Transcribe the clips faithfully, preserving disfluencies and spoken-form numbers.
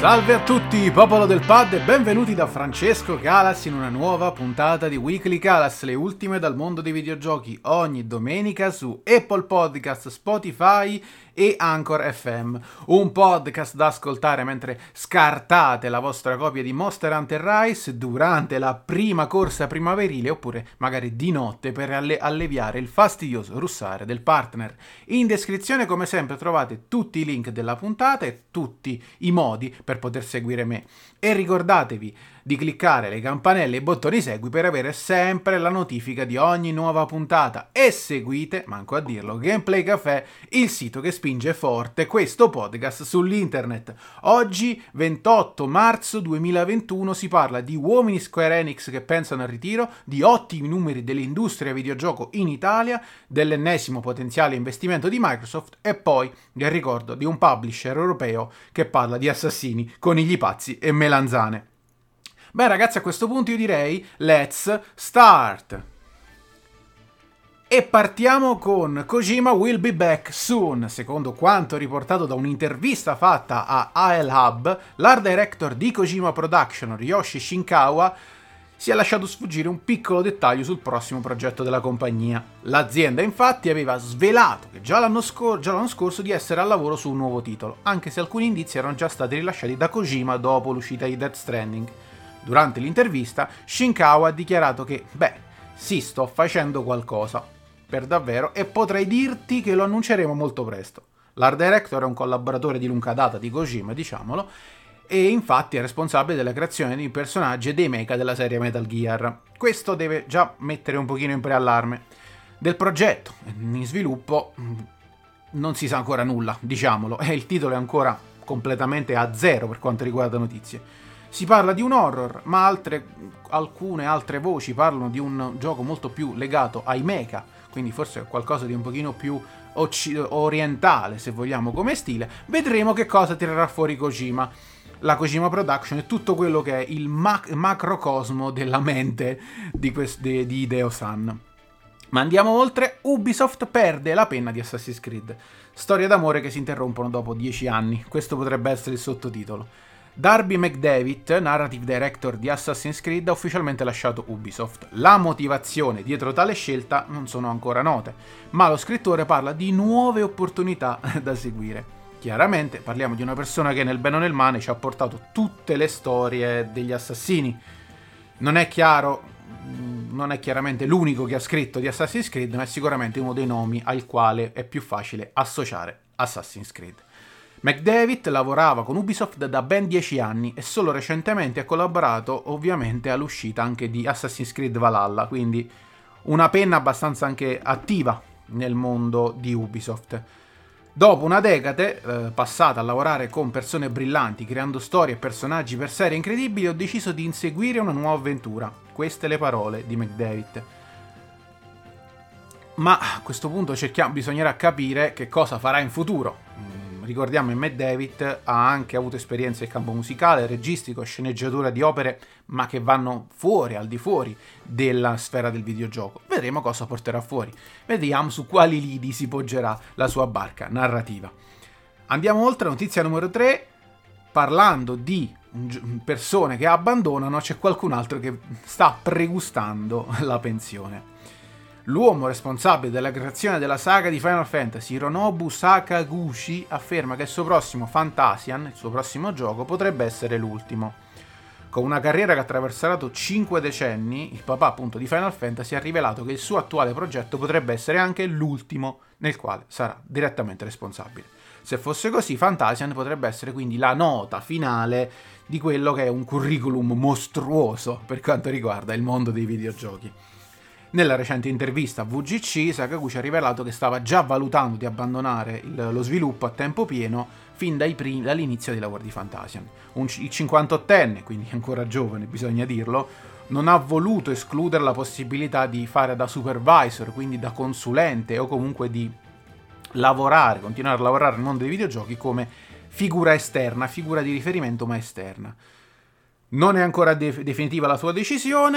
Salve a tutti, popolo del pad, e benvenuti da Francesco Calas in una nuova puntata di Weekly Calas, le ultime dal mondo dei videogiochi, ogni domenica su Apple Podcast, Spotify e Anchor F M. Un podcast da ascoltare mentre scartate la vostra copia di Monster Hunter Rise durante la prima corsa primaverile, oppure magari di notte, per alle- alleviare il fastidioso russare del partner. In descrizione, come sempre, trovate tutti i link della puntata e tutti i modi per poter seguire me. E ricordatevi di cliccare le campanelle e i bottoni segui per avere sempre la notifica di ogni nuova puntata. E seguite, manco a dirlo, Gameplay Café, il sito che spinge forte questo podcast sull'internet. Oggi, ventotto marzo duemilaventuno, si parla di uomini Square Enix che pensano al ritiro, di ottimi numeri dell'industria videogioco in Italia, dell'ennesimo potenziale investimento di Microsoft e poi del ricordo di un publisher europeo che parla di assassini, conigli pazzi e melanzane. Beh ragazzi, a questo punto io direi let's start! E partiamo con Kojima will be back soon. Secondo quanto riportato da un'intervista fatta a A L Hub, l'art director di Kojima Production, Ryoshi Shinkawa, si è lasciato sfuggire un piccolo dettaglio sul prossimo progetto della compagnia. L'azienda infatti aveva svelato che già l'anno, scor- già l'anno scorso di essere al lavoro su un nuovo titolo, anche se alcuni indizi erano già stati rilasciati da Kojima dopo l'uscita di Death Stranding. Durante l'intervista, Shinkawa ha dichiarato che, beh, sì, sto facendo qualcosa, per davvero, e potrei dirti che lo annunceremo molto presto. L'art director è un collaboratore di lunga data di Kojima, diciamolo, e infatti è responsabile della creazione di personaggi e dei mecha della serie Metal Gear. Questo deve già mettere un pochino in preallarme. Del progetto in sviluppo non si sa ancora nulla, diciamolo, e il titolo è ancora completamente a zero per quanto riguarda notizie. Si parla di un horror, ma altre, alcune altre voci parlano di un gioco molto più legato ai mecha, quindi forse qualcosa di un pochino più occ- orientale, se vogliamo, come stile. Vedremo che cosa tirerà fuori Kojima. La Kojima Production è tutto quello che è il mac- macrocosmo della mente di, quest- di, di Hideo-san. Ma andiamo oltre. Ubisoft perde la penna di Assassin's Creed. Storie d'amore che si interrompono dopo dieci anni. Questo potrebbe essere il sottotitolo. Darby McDavid, narrative director di Assassin's Creed, ha ufficialmente lasciato Ubisoft. La motivazione dietro tale scelta non sono ancora note, ma lo scrittore parla di nuove opportunità da seguire. Chiaramente parliamo di una persona che nel bene o nel male ci ha portato tutte le storie degli assassini. Non è chiaro, non è chiaramente l'unico che ha scritto di Assassin's Creed, ma è sicuramente uno dei nomi al quale è più facile associare Assassin's Creed. McDavid lavorava con Ubisoft da ben dieci anni e solo recentemente ha collaborato ovviamente all'uscita anche di Assassin's Creed Valhalla, quindi una penna abbastanza anche attiva nel mondo di Ubisoft. Dopo una decade eh, passata a lavorare con persone brillanti, creando storie e personaggi per serie incredibili, ho deciso di inseguire una nuova avventura. Queste le parole di McDavid. Ma a questo punto cerchiamo, bisognerà capire che cosa farà in futuro. Ricordiamo che Matt David ha anche avuto esperienze in campo musicale, registico, sceneggiatura di opere, ma che vanno fuori, al di fuori della sfera del videogioco. Vedremo cosa porterà fuori. Vediamo su quali lidi si poggerà la sua barca narrativa. Andiamo oltre, notizia numero tre. Parlando di persone che abbandonano, c'è qualcun altro che sta pregustando la pensione. L'uomo responsabile della creazione della saga di Final Fantasy, Hironobu Sakaguchi, afferma che il suo prossimo Fantasian, il suo prossimo gioco, potrebbe essere l'ultimo. Con una carriera che ha attraversato cinque decenni, il papà appunto di Final Fantasy ha rivelato che il suo attuale progetto potrebbe essere anche l'ultimo nel quale sarà direttamente responsabile. Se fosse così, Fantasian potrebbe essere quindi la nota finale di quello che è un curriculum mostruoso per quanto riguarda il mondo dei videogiochi. Nella recente intervista a V G C, Sakaguchi ha rivelato che stava già valutando di abbandonare il, lo sviluppo a tempo pieno fin dai primi, dall'inizio dei lavori di Fantasian. Un, il cinquantottenne, quindi ancora giovane, bisogna dirlo, non ha voluto escludere la possibilità di fare da supervisor, quindi da consulente, o comunque di lavorare, continuare a lavorare nel mondo dei videogiochi come figura esterna, figura di riferimento ma esterna. Non è ancora de- definitiva la sua decisione,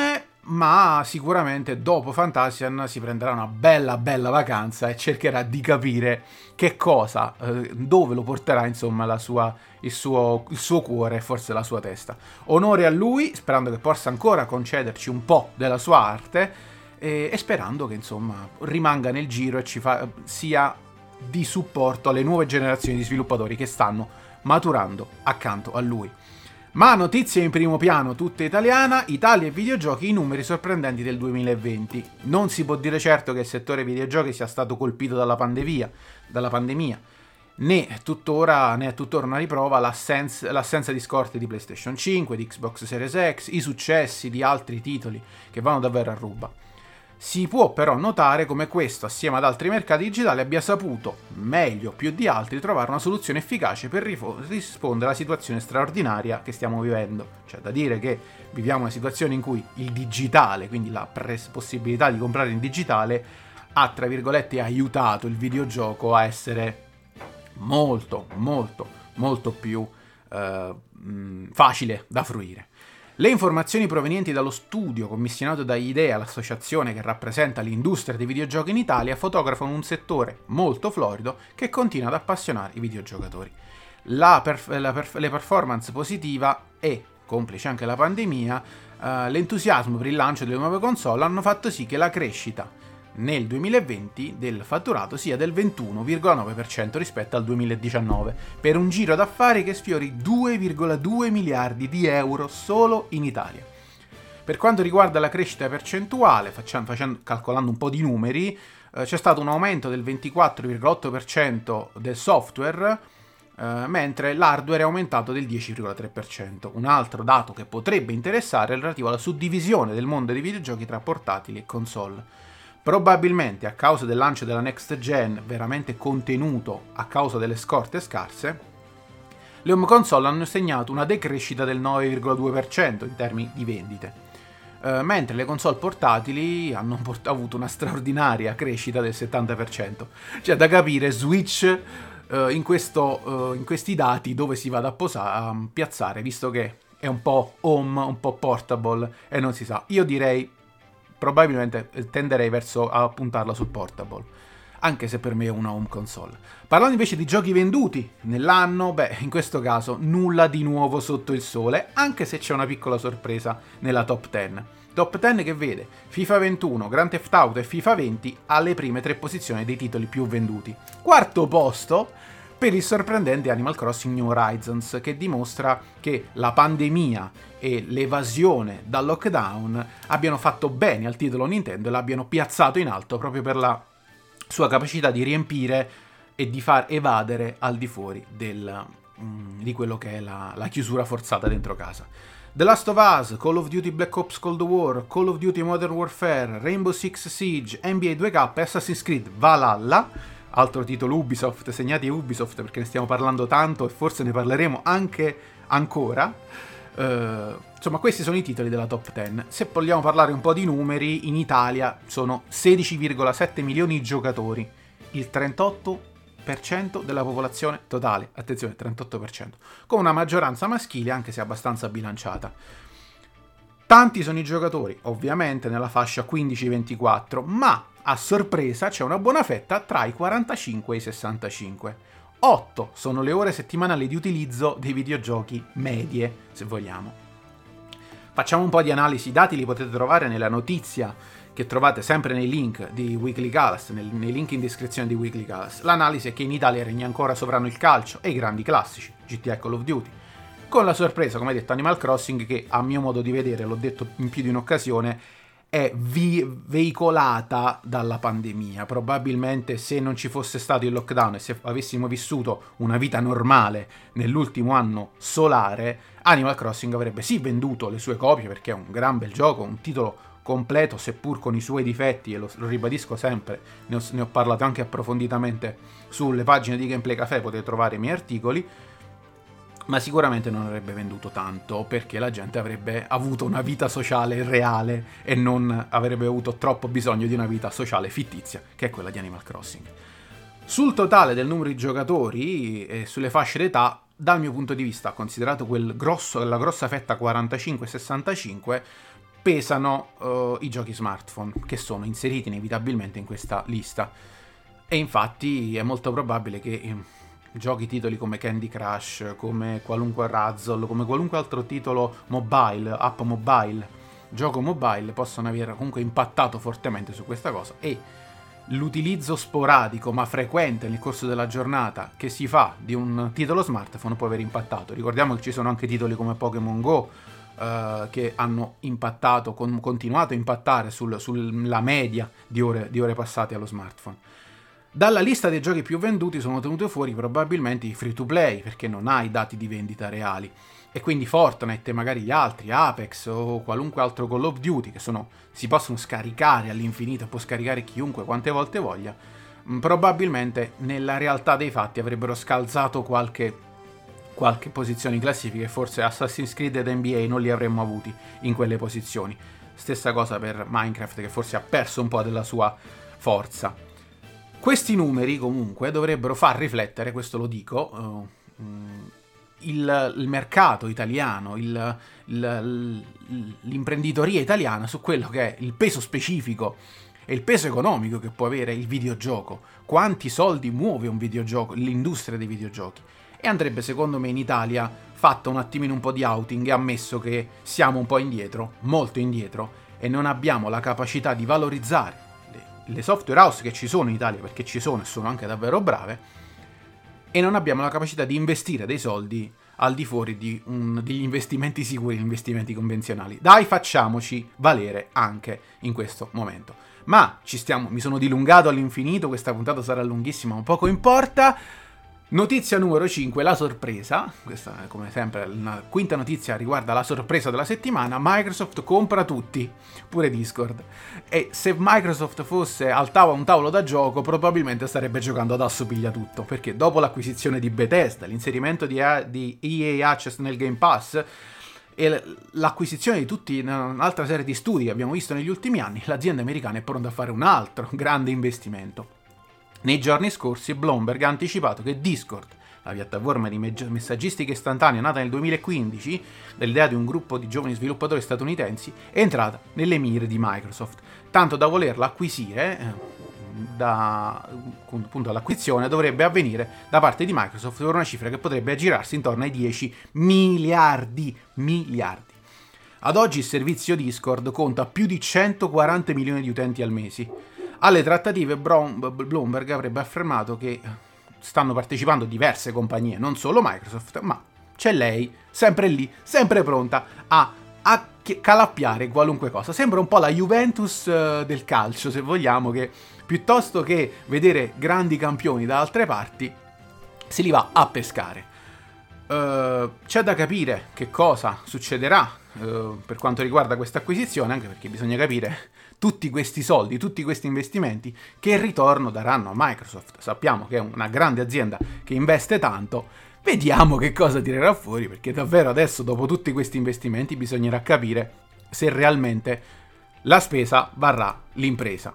ma sicuramente dopo Fantasian si prenderà una bella bella vacanza e cercherà di capire che cosa, eh, dove lo porterà insomma la sua, il, suo, il suo cuore e forse la sua testa. Onore a lui, sperando che possa ancora concederci un po' della sua arte e, e sperando che insomma rimanga nel giro e ci fa, sia di supporto alle nuove generazioni di sviluppatori che stanno maturando accanto a lui. Ma notizia in primo piano, tutta italiana, Italia e videogiochi, i numeri sorprendenti del duemilaventi. Non si può dire certo che il settore videogiochi sia stato colpito dalla pandemia, dalla pandemia. Né, tuttora, né è tuttora una riprova l'assenza, l'assenza di scorte di PlayStation cinque, di Xbox Series X, i successi di altri titoli che vanno davvero a ruba. Si può però notare come questo, assieme ad altri mercati digitali, abbia saputo, meglio più di altri, trovare una soluzione efficace per rifo- rispondere alla situazione straordinaria che stiamo vivendo. Cioè, da dire che viviamo una situazione in cui il digitale, quindi la pres- possibilità di comprare in digitale, ha, tra virgolette, aiutato il videogioco a essere molto, molto, molto più eh, mh, facile da fruire. Le informazioni provenienti dallo studio commissionato da IDEA, l'associazione che rappresenta l'industria dei videogiochi in Italia, fotografano un settore molto florido che continua ad appassionare i videogiocatori. La perf- la perf- le performance positiva e, complice anche la pandemia, eh, l'entusiasmo per il lancio delle nuove console hanno fatto sì che la crescita nel duemilaventi del fatturato sia del ventuno virgola nove per cento rispetto al duemiladiciannove, per un giro d'affari che sfiori due virgola due miliardi di euro solo in Italia. Per quanto riguarda la crescita percentuale, facciamo, facendo, calcolando un po' di numeri, eh, c'è stato un aumento del ventiquattro virgola otto per cento del software, eh, mentre l'hardware è aumentato del dieci virgola tre per cento. Un altro dato che potrebbe interessare è relativo alla suddivisione del mondo dei videogiochi tra portatili e console. Probabilmente a causa del lancio della next gen veramente contenuto a causa delle scorte scarse, le home console hanno segnato una decrescita del nove virgola due per cento in termini di vendite, eh, mentre le console portatili hanno port- avuto una straordinaria crescita del settanta per cento. Cioè, da capire Switch eh, in, questo, eh, in questi dati dove si vada a, posa- a piazzare, visto che è un po' home, un po' portable e non si sa. Io direi probabilmente tenderei verso a puntarla sul portable, anche se per me è una home console. Parlando invece di giochi venduti nell'anno, beh, in questo caso nulla di nuovo sotto il sole, anche se c'è una piccola sorpresa nella top dieci. Top dieci che vede FIFA ventuno, Grand Theft Auto e FIFA venti alle prime tre posizioni dei titoli più venduti. Quarto posto per il sorprendente Animal Crossing New Horizons, che dimostra che la pandemia e l'evasione dal lockdown abbiano fatto bene al titolo Nintendo e l'abbiano piazzato in alto proprio per la sua capacità di riempire e di far evadere al di fuori del, mm, di quello che è la, la chiusura forzata dentro casa. The Last of Us, Call of Duty Black Ops Cold War, Call of Duty Modern Warfare, Rainbow Six Siege, N B A due K e Assassin's Creed Valhalla, altro titolo Ubisoft, segnati Ubisoft perché ne stiamo parlando tanto e forse ne parleremo anche ancora. Uh, insomma, questi sono i titoli della top dieci. Se vogliamo parlare un po' di numeri, in Italia sono sedici virgola sette milioni di giocatori, il trentotto per cento della popolazione totale, attenzione, trentotto per cento, con una maggioranza maschile anche se abbastanza bilanciata. Tanti sono i giocatori, ovviamente nella fascia quindici ventiquattro, ma a sorpresa c'è una buona fetta tra i quarantacinque e i sessantacinque. otto sono le ore settimanali di utilizzo dei videogiochi medie, se vogliamo. Facciamo un po' di analisi, i dati li potete trovare nella notizia che trovate sempre nei link di Weekly Callus, nei, nei link in descrizione di Weekly Callus. L'analisi è che in Italia regna ancora sovrano il calcio e i grandi classici, G T A e Call of Duty, con la sorpresa, come detto, Animal Crossing, che a mio modo di vedere, l'ho detto in più di un'occasione, è vi- veicolata dalla pandemia. Probabilmente se non ci fosse stato il lockdown e se avessimo vissuto una vita normale nell'ultimo anno solare, Animal Crossing avrebbe sì venduto le sue copie perché è un gran bel gioco, un titolo completo seppur con i suoi difetti, e lo, lo ribadisco sempre, ne ho, ne ho parlato anche approfonditamente sulle pagine di Gameplay Café, potete trovare i miei articoli, ma sicuramente non avrebbe venduto tanto perché la gente avrebbe avuto una vita sociale reale e non avrebbe avuto troppo bisogno di una vita sociale fittizia, che è quella di Animal Crossing. Sul totale del numero di giocatori e sulle fasce d'età, dal mio punto di vista, considerato quel grosso, la grossa fetta quarantacinque sessantacinque, pesano uh, i giochi smartphone, che sono inseriti inevitabilmente in questa lista. E infatti è molto probabile che eh, giochi titoli come Candy Crush, come qualunque Razzle, come qualunque altro titolo mobile, app mobile, gioco mobile, possano aver comunque impattato fortemente su questa cosa, e l'utilizzo sporadico ma frequente nel corso della giornata che si fa di un titolo smartphone può aver impattato. Ricordiamo che ci sono anche titoli come Pokémon Go uh, che hanno impattato, con, continuato a impattare sul, sulla media di ore, di ore passate allo smartphone. Dalla lista dei giochi più venduti sono tenuti fuori probabilmente i free to play, perché non hai dati di vendita reali, e quindi Fortnite e magari gli altri, Apex o qualunque altro Call of Duty, che sono, si possono scaricare all'infinito, può scaricare chiunque quante volte voglia, probabilmente nella realtà dei fatti avrebbero scalzato qualche, qualche posizione in classifica, e forse Assassin's Creed ed N B A non li avremmo avuti in quelle posizioni. Stessa cosa per Minecraft, che forse ha perso un po' della sua forza. Questi numeri comunque dovrebbero far riflettere, questo lo dico, uh, il, il mercato italiano, il, il, l'imprenditoria italiana su quello che è il peso specifico e il peso economico che può avere il videogioco, quanti soldi muove un videogioco, l'industria dei videogiochi. E andrebbe secondo me in Italia fatto un attimino un po' di outing e ammesso che siamo un po' indietro, molto indietro, e non abbiamo la capacità di valorizzare le software house che ci sono in Italia, perché ci sono e sono anche davvero brave, e non abbiamo la capacità di investire dei soldi al di fuori di un, degli investimenti sicuri, investimenti convenzionali. Dai, facciamoci valere anche in questo momento. Ma ci stiamo, mi sono dilungato all'infinito, questa puntata sarà lunghissima, ma poco importa. Notizia numero cinque, la sorpresa. Questa è come sempre una quinta notizia, riguarda la sorpresa della settimana. Microsoft compra tutti, pure Discord. E se Microsoft fosse al tavolo, un tavolo da gioco, probabilmente starebbe giocando ad assopiglia tutto, perché dopo l'acquisizione di Bethesda, l'inserimento di, A- di E A Access nel Game Pass e l'acquisizione di tutti un'altra serie di studi che abbiamo visto negli ultimi anni, l'azienda americana è pronta a fare un altro grande investimento. Nei giorni scorsi Bloomberg ha anticipato che Discord, la piattaforma di messaggistica istantanea nata nel duemilaquindici dall'idea di un gruppo di giovani sviluppatori statunitensi, è entrata nelle mire di Microsoft, tanto da volerla acquisire. Eh, da, appunto, l'acquisizione dovrebbe avvenire da parte di Microsoft per una cifra che potrebbe aggirarsi intorno ai dieci miliardi. Miliardi. Ad oggi il servizio Discord conta più di centoquaranta milioni di utenti al mese. Alle trattative Bloomberg avrebbe affermato che stanno partecipando diverse compagnie, non solo Microsoft, ma c'è lei, sempre lì, sempre pronta a, a calappiare qualunque cosa. Sembra un po' la Juventus del calcio, se vogliamo, che piuttosto che vedere grandi campioni da altre parti, se li va a pescare. Uh, c'è da capire che cosa succederà uh, per quanto riguarda questa acquisizione, anche perché bisogna capire tutti questi soldi, tutti questi investimenti che ritorno daranno a Microsoft. Sappiamo che è una grande azienda che investe tanto, vediamo che cosa tirerà fuori, perché davvero adesso, dopo tutti questi investimenti, bisognerà capire se realmente la spesa varrà l'impresa.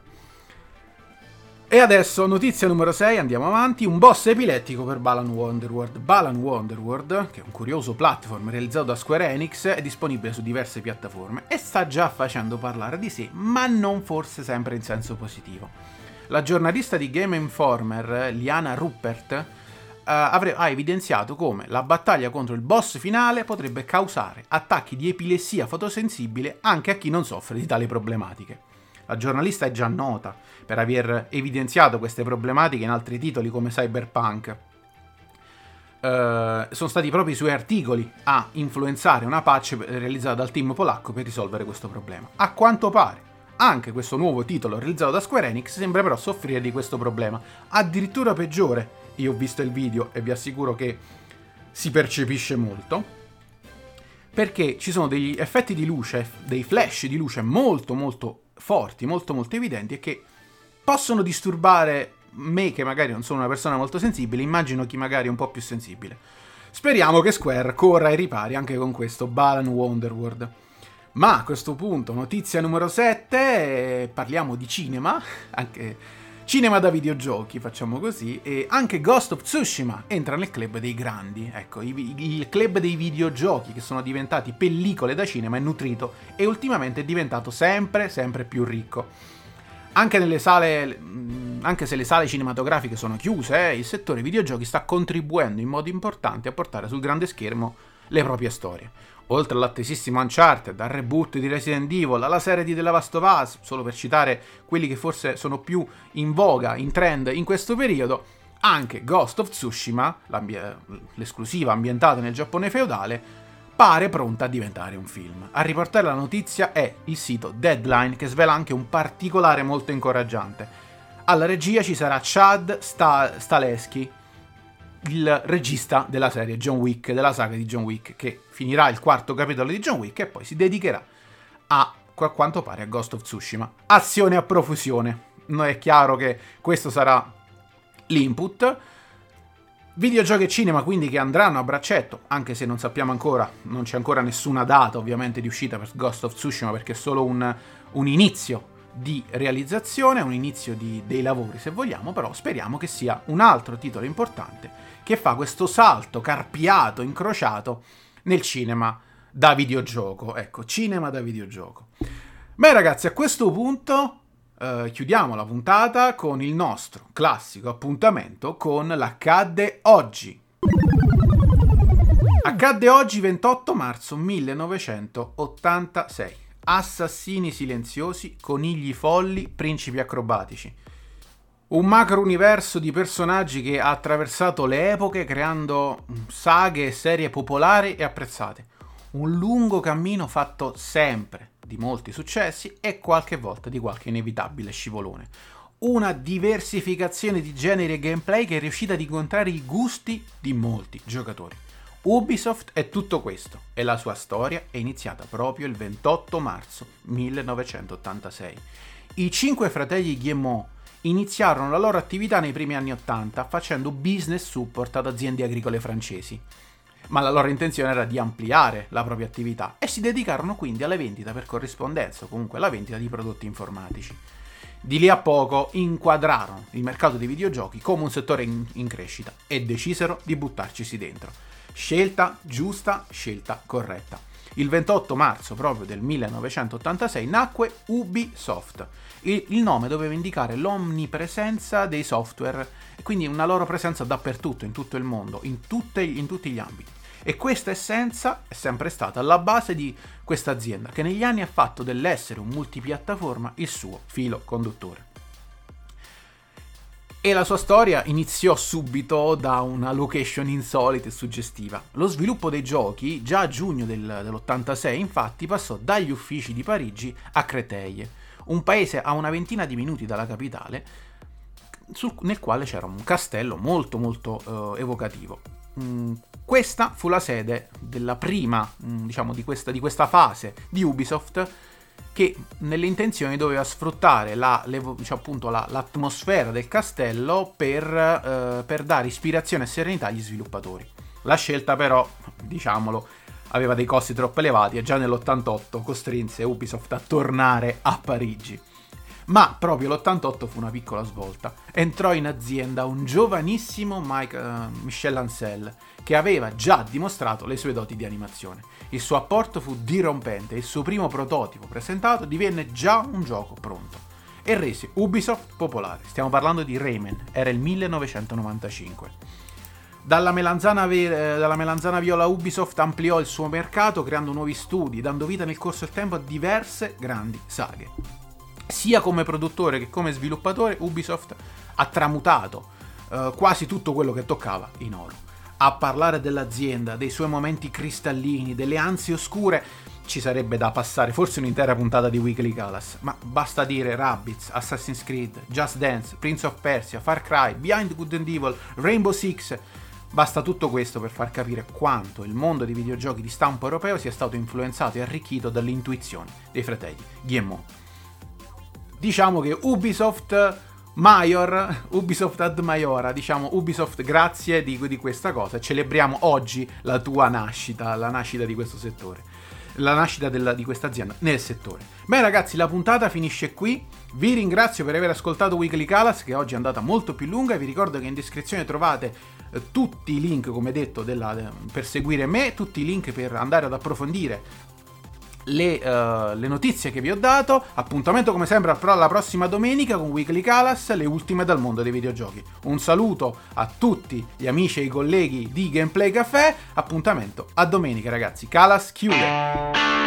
E adesso, notizia numero sei, andiamo avanti. Un boss epilettico per Balan Wonderworld. Balan Wonderworld, che è un curioso platform realizzato da Square Enix, è disponibile su diverse piattaforme e sta già facendo parlare di sé, ma non forse sempre in senso positivo. La giornalista di Game Informer, Liana Ruppert, uh, avre- ha evidenziato come la battaglia contro il boss finale potrebbe causare attacchi di epilessia fotosensibile anche a chi non soffre di tali problematiche. La giornalista è già nota per aver evidenziato queste problematiche in altri titoli come Cyberpunk. Uh, sono stati proprio i suoi articoli a influenzare una patch realizzata dal team polacco per risolvere questo problema. A quanto pare, anche questo nuovo titolo realizzato da Square Enix sembra però soffrire di questo problema, addirittura peggiore. Io ho visto il video e vi assicuro che si percepisce molto, perché ci sono degli effetti di luce, dei flash di luce molto molto forti, molto molto evidenti, e che possono disturbare me, che magari non sono una persona molto sensibile. Immagino chi magari è un po' più sensibile. Speriamo che Square corra ai ripari anche con questo Balan Wonderworld. Ma a questo punto, notizia numero sette, parliamo di cinema. Anche Cinema da videogiochi, facciamo così, e anche Ghost of Tsushima entra nel club dei grandi, ecco, il, il club dei videogiochi che sono diventati pellicole da cinema è nutrito e ultimamente è diventato sempre, sempre più ricco. Anche nelle sale, anche se le sale cinematografiche sono chiuse, eh, il settore videogiochi sta contribuendo in modo importante a portare sul grande schermo le proprie storie. Oltre all'attesissimo Uncharted, al reboot di Resident Evil, alla serie di The Last of Us, solo per citare quelli che forse sono più in voga, in trend in questo periodo, anche Ghost of Tsushima, l'esclusiva ambientata nel Giappone feudale, pare pronta a diventare un film. A riportare la notizia è il sito Deadline, che svela anche un particolare molto incoraggiante. Alla regia ci sarà Chad Stahelski, il regista della serie John Wick, della saga di John Wick, che finirà il quarto capitolo di John Wick e poi si dedicherà a, a quanto pare, a Ghost of Tsushima. Azione a profusione. No, è chiaro che questo sarà l'input. Videogiochi e cinema quindi che andranno a braccetto, anche se non sappiamo ancora, non c'è ancora nessuna data ovviamente di uscita per Ghost of Tsushima, perché è solo un, un inizio di realizzazione, un inizio di, dei lavori se vogliamo, però speriamo che sia un altro titolo importante che fa questo salto carpiato, incrociato nel cinema da videogioco. Ecco, cinema da videogioco. Beh ragazzi, a questo punto eh, chiudiamo la puntata con il nostro classico appuntamento con l'Accadde Oggi. Accadde oggi ventotto marzo millenovecentottantasei. Assassini silenziosi, conigli folli, principi acrobatici. Un macro universo di personaggi che ha attraversato le epoche creando saghe e serie popolari e apprezzate. Un lungo cammino fatto sempre di molti successi e qualche volta di qualche inevitabile scivolone. Una diversificazione di generi e gameplay che è riuscita ad incontrare i gusti di molti giocatori. Ubisoft è tutto questo e la sua storia è iniziata proprio il ventotto marzo millenovecentottantasei. I cinque fratelli Guillemot iniziarono la loro attività nei primi anni ottanta facendo business support ad aziende agricole francesi, ma la loro intenzione era di ampliare la propria attività e si dedicarono quindi alla vendita per corrispondenza o comunque alla vendita di prodotti informatici. Di lì a poco inquadrarono il mercato dei videogiochi come un settore in, in crescita e decisero di buttarcisi dentro. Scelta giusta, scelta corretta. Il ventotto marzo proprio del millenovecentottantasei nacque Ubisoft. Il, il nome doveva indicare l'omnipresenza dei software e quindi una loro presenza dappertutto, in tutto il mondo, in, tutte, in tutti gli ambiti. E questa essenza è sempre stata alla base di questa azienda, che negli anni ha fatto dell'essere un multipiattaforma il suo filo conduttore. E la sua storia iniziò subito da una location insolita e suggestiva. Lo sviluppo dei giochi, già a giugno del, dell'ottantasei, infatti, passò dagli uffici di Parigi a Créteil, un paese a una ventina di minuti dalla capitale, sul, nel quale c'era un castello molto molto eh, evocativo. Mm, questa fu la sede della prima, mm, diciamo, di questa, di questa fase di Ubisoft, che nelle intenzioni doveva sfruttare la, le, diciamo, appunto, la, l'atmosfera del castello per, eh, per dare ispirazione e serenità agli sviluppatori. La scelta però, diciamolo, aveva dei costi troppo elevati e già nell'ottantotto costrinse Ubisoft a tornare a Parigi. Ma proprio l'ottantotto fu una piccola svolta. Entrò in azienda un giovanissimo Mike, uh, Michel Ancel, che aveva già dimostrato le sue doti di animazione. Il suo apporto fu dirompente e il suo primo prototipo presentato divenne già un gioco pronto e rese Ubisoft popolare. Stiamo parlando di Rayman, era il millenovecentonovantacinque. Dalla melanzana, ve- dalla melanzana viola Ubisoft ampliò il suo mercato creando nuovi studi, dando vita nel corso del tempo a diverse grandi saghe. Sia come produttore che come sviluppatore Ubisoft ha tramutato eh, quasi tutto quello che toccava in oro. A parlare dell'azienda, dei suoi momenti cristallini, delle ansie oscure, ci sarebbe da passare forse un'intera puntata di Weekly Kalas, ma basta dire Rabbids, Assassin's Creed, Just Dance, Prince of Persia, Far Cry, Behind Good and Evil, Rainbow Six. Basta tutto questo per far capire quanto il mondo dei videogiochi di stampo europeo sia stato influenzato e arricchito dalle intuizioni dei fratelli Guillemot. Diciamo che Ubisoft Major, Ubisoft ad Maiora, diciamo Ubisoft grazie di, di questa cosa, celebriamo oggi la tua nascita, la nascita di questo settore. la nascita della, di questa azienda nel settore. Bene ragazzi, la puntata finisce qui. Vi ringrazio per aver ascoltato Weekly Kalas, che oggi è andata molto più lunga. Vi ricordo che in descrizione trovate eh, tutti i link, come detto, della, de, per seguire me, tutti i link per andare ad approfondire Le, uh, le notizie che vi ho dato. Appuntamento come sempre alla prossima domenica con Weekly Kalas, le ultime dal mondo dei videogiochi. Un saluto a tutti gli amici e i colleghi di Gameplay Café. Appuntamento a domenica ragazzi. Kalas chiude.